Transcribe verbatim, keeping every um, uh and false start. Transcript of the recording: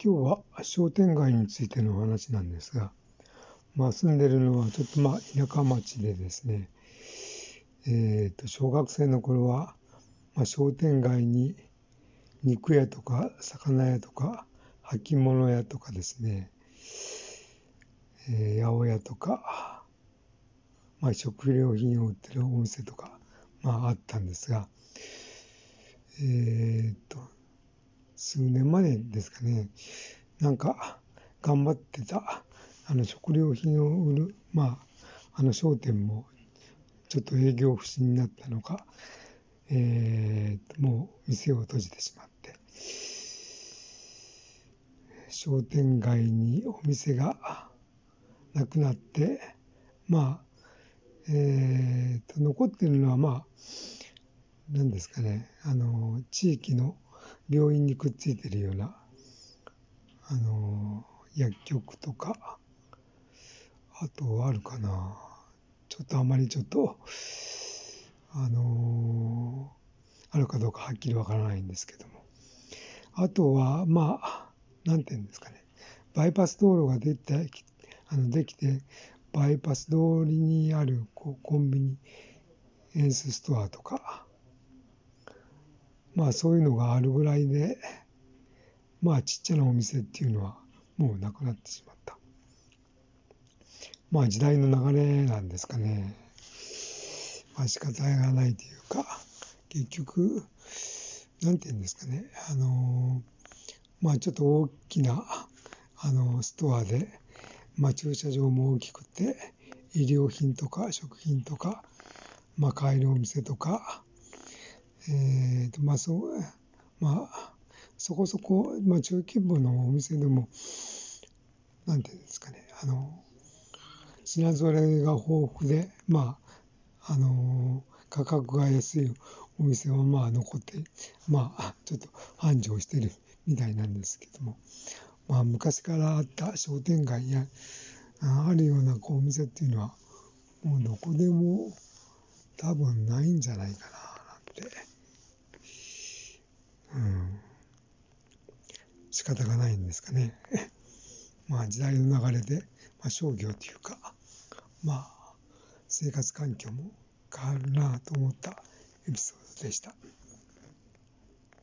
今日は商店街についてのお話なんですが、まあ、住んでるのはちょっとまあ田舎町でですね、えー、と小学生の頃は、まあ、商店街に肉屋とか魚屋とか履物屋とかですね、えー、八百屋とか、まあ、食料品を売ってるお店とか、まあ、あったんですが、えー、と数年前ですかね、なんか頑張ってたあの食料品を売る、まあ、あの商店もちょっと営業不振になったのか、えー、もう店を閉じてしまって、商店街にお店がなくなって、まあ、えー、と残っているのは、まあ、何ですかね、あの地域の病院にくっついているようなあの薬局とか、あとあるかな、ちょっとあまりちょっとあのあるかどうかはっきりわからないんですけども、あとはまあなんていうんですかね、バイパス道路ができてあのできてバイパス通りにあるこうコンビニエンスストアとか、まあそういうのがあるぐらいで、まあちっちゃなお店っていうのはもうなくなってしまった。まあ時代の流れなんですかね。まあ仕方がないというか、結局なんていうんですかね、あのまあちょっと大きなあのストアで、まあ駐車場も大きくて、医療品とか食品とか、まあ買えるお店とか、えーとまあそうまあそこそこ、まあ、中規模のお店でもなんていうんですかね、あの品揃えが豊富で、まああの価格が安いお店はまあ残って、まあちょっと繁盛してるみたいなんですけども、まあ昔からあった商店街やあるようなこうお店っていうのはもうどこでも多分ないんじゃないかななんて、うん、仕方がないんですかね。まあ時代の流れで、まあ、商業というか、まあ生活環境も変わるなと思ったエピソードでした。